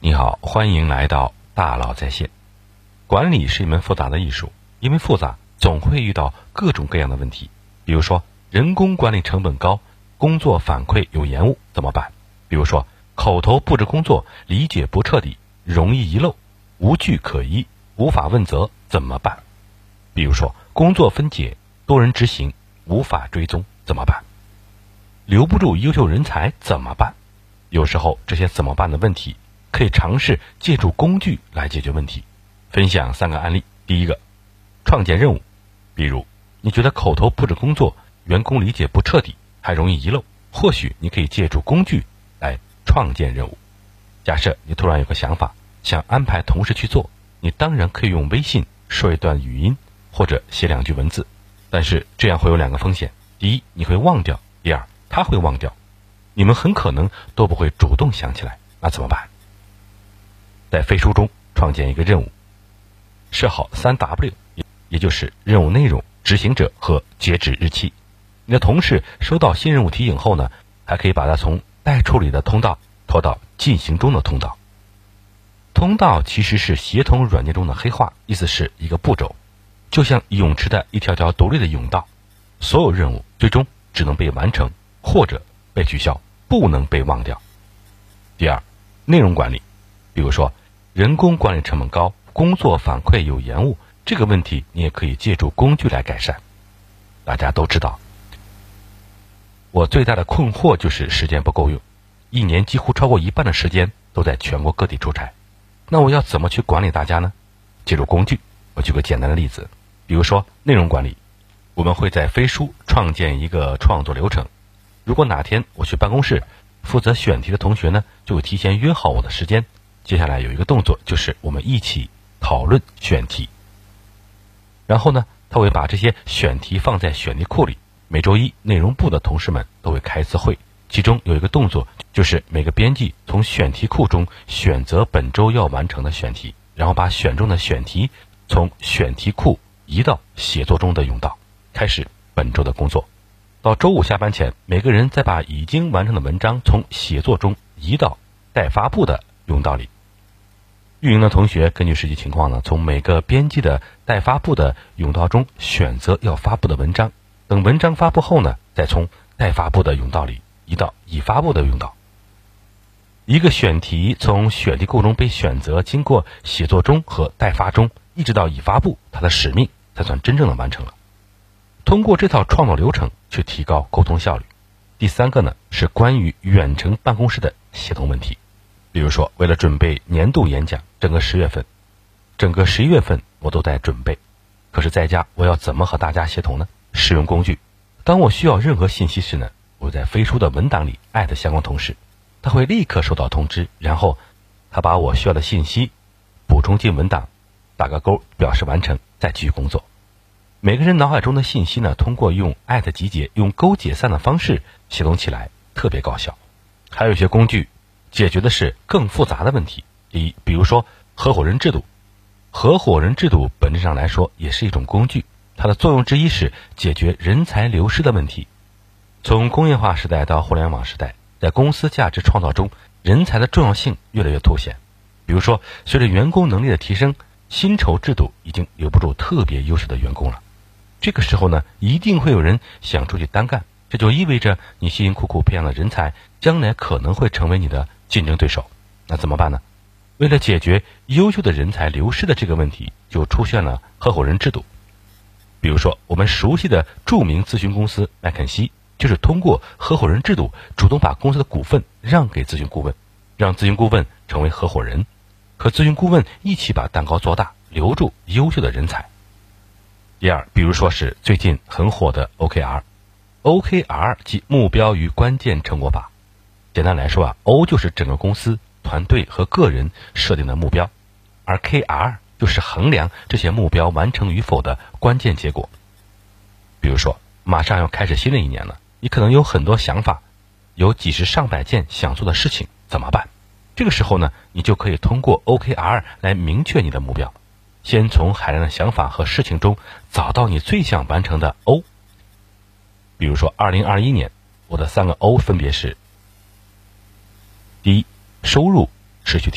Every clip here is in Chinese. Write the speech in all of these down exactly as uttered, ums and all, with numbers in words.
你好，欢迎来到大佬在线。管理是一门复杂的艺术，因为复杂，总会遇到各种各样的问题。比如说，人工管理成本高，工作反馈有延误，怎么办？比如说，口头布置工作理解不彻底，容易遗漏，无据可依，无法问责，怎么办？比如说，工作分解，多人执行，无法追踪，怎么办？留不住优秀人才怎么办？有时候这些怎么办的问题，可以尝试借助工具来解决问题。分享三个案例。第一个，创建任务。比如你觉得口头布置工作员工理解不彻底，还容易遗漏，或许你可以借助工具来创建任务。假设你突然有个想法，想安排同事去做，你当然可以用微信说一段语音或者写两句文字，但是这样会有两个风险。第一，你会忘掉；第二，他会忘掉，你们很可能都不会主动想起来。那怎么办？在飞书中创建一个任务，设好 三 W， 也就是任务内容、执行者和截止日期。你的同事收到新任务提醒后呢，还可以把它从待处理的通道拖到进行中的通道。通道其实是协同软件中的黑话，意思是一个步骤，就像泳池的一条条独立的甬道，所有任务最终只能被完成或者被取消，不能被忘掉。第二，内容管理。比如说人工管理成本高，工作反馈有延误，这个问题你也可以借助工具来改善。大家都知道，我最大的困惑就是时间不够用，一年几乎超过一半的时间都在全国各地出差。那我要怎么去管理大家呢？借助工具。我举个简单的例子，比如说内容管理，我们会在飞书创建一个创作流程。如果哪天我去办公室，负责选题的同学呢，就会提前约好我的时间。接下来有一个动作，就是我们一起讨论选题。然后呢，他会把这些选题放在选题库里。每周一，内容部的同事们都会开一次会，其中有一个动作，就是每个编辑从选题库中选择本周要完成的选题，然后把选中的选题从选题库移到写作中的甬道，开始本周的工作。到周五下班前，每个人再把已经完成的文章从写作中移到待发布的甬道里。运营的同学根据实际情况呢，从每个编辑的待发布的甬道中选择要发布的文章，等文章发布后呢，再从待发布的甬道里移到已发布的甬道。一个选题从选题库中被选择，经过写作中和待发中，一直到已发布，它的使命才算真正的完成了。通过这套创作流程去提高沟通效率。第三个呢，是关于远程办公室的协同问题。比如说，为了准备年度演讲，整个十月份、整个十一月份我都在准备。可是在家，我要怎么和大家协同呢？使用工具。当我需要任何信息时呢，我在飞书的文档里艾特相关同事，他会立刻收到通知，然后他把我需要的信息补充进文档，打个勾表示完成，再继续工作。每个人脑海中的信息呢，通过用艾特集结、用勾解散的方式协同起来，特别高效。还有一些工具解决的是更复杂的问题。第一，比如说合伙人制度。合伙人制度本质上来说也是一种工具，它的作用之一是解决人才流失的问题。从工业化时代到互联网时代，在公司价值创造中，人才的重要性越来越凸显。比如说，随着员工能力的提升，薪酬制度已经留不住特别优秀的员工了。这个时候呢，一定会有人想出去单干，这就意味着你辛辛苦苦培养的人才，将来可能会成为你的竞争对手。那怎么办呢？为了解决优秀的人才流失的这个问题，就出现了合伙人制度。比如说，我们熟悉的著名咨询公司麦肯锡，就是通过合伙人制度，主动把公司的股份让给咨询顾问，让咨询顾问成为合伙人，和咨询顾问一起把蛋糕做大，留住优秀的人才。第二，比如说是最近很火的 O K R。O K R 即目标与关键成果法。简单来说啊 ，O 就是整个公司、团队和个人设定的目标，而 K R 就是衡量这些目标完成与否的关键结果。比如说，马上要开始新的一年了，你可能有很多想法，有几十上百件想做的事情，怎么办？这个时候呢，你就可以通过 O K R 来明确你的目标。先从海量的想法和事情中找到你最想完成的 O。比如说二零二一年，我的三个 O 分别是：第一，收入持续提升；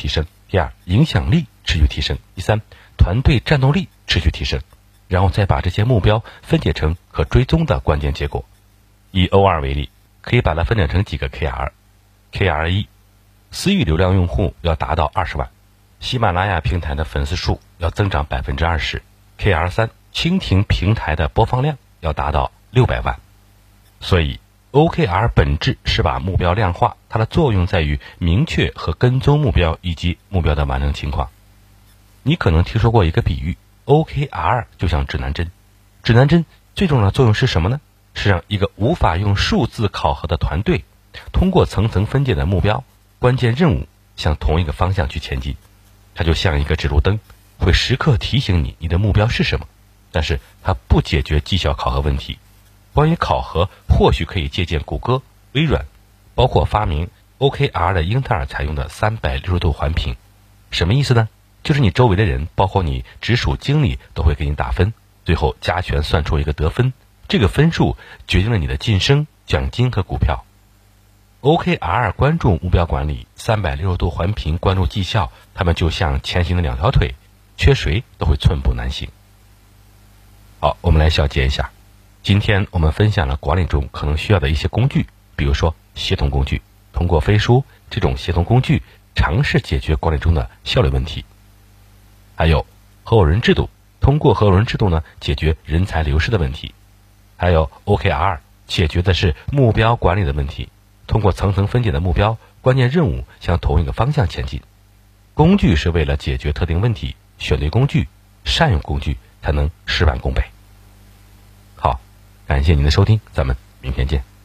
第二，影响力持续提升；第三，团队战斗力持续提升。然后再把这些目标分解成可追踪的关键结果。以 O 二 为例，可以把它分解成几个 K R。K R 一，私域流量用户要达到二十万，喜马拉雅平台的粉丝数要增长百分之二十。K R 三，蜻蜓平台的播放量要达到六百万。所以 O K R 本质是把目标量化，它的作用在于明确和跟踪目标以及目标的完成情况。你可能听说过一个比喻， O K R 就像指南针。指南针最重要的作用是什么呢？是让一个无法用数字考核的团队，通过层层分解的目标、关键任务向同一个方向去前进。它就像一个指路灯，会时刻提醒你你的目标是什么，但是它不解决绩效考核问题。关于考核，或许可以借鉴谷歌、微软，包括发明 O K R 的英特尔采用的三百六十度环评。什么意思呢？就是你周围的人，包括你直属经理，都会给你打分，最后加权算出一个得分，这个分数决定了你的晋升、奖金和股票。O K R 关注目标管理，三百六十度环评关注绩效，它们就像前行的两条腿，缺谁都会寸步难行。好，我们来小结一下。今天我们分享了管理中可能需要的一些工具，比如说协同工具，通过飞书这种协同工具，尝试解决管理中的效率问题。还有合伙人制度，通过合伙人制度呢，解决人才流失的问题。还有 O K R， 解决的是目标管理的问题，通过层层分解的目标、关键任务向同一个方向前进。工具是为了解决特定问题，选对工具，善用工具，才能事半功倍。好，感谢您的收听，咱们明天见。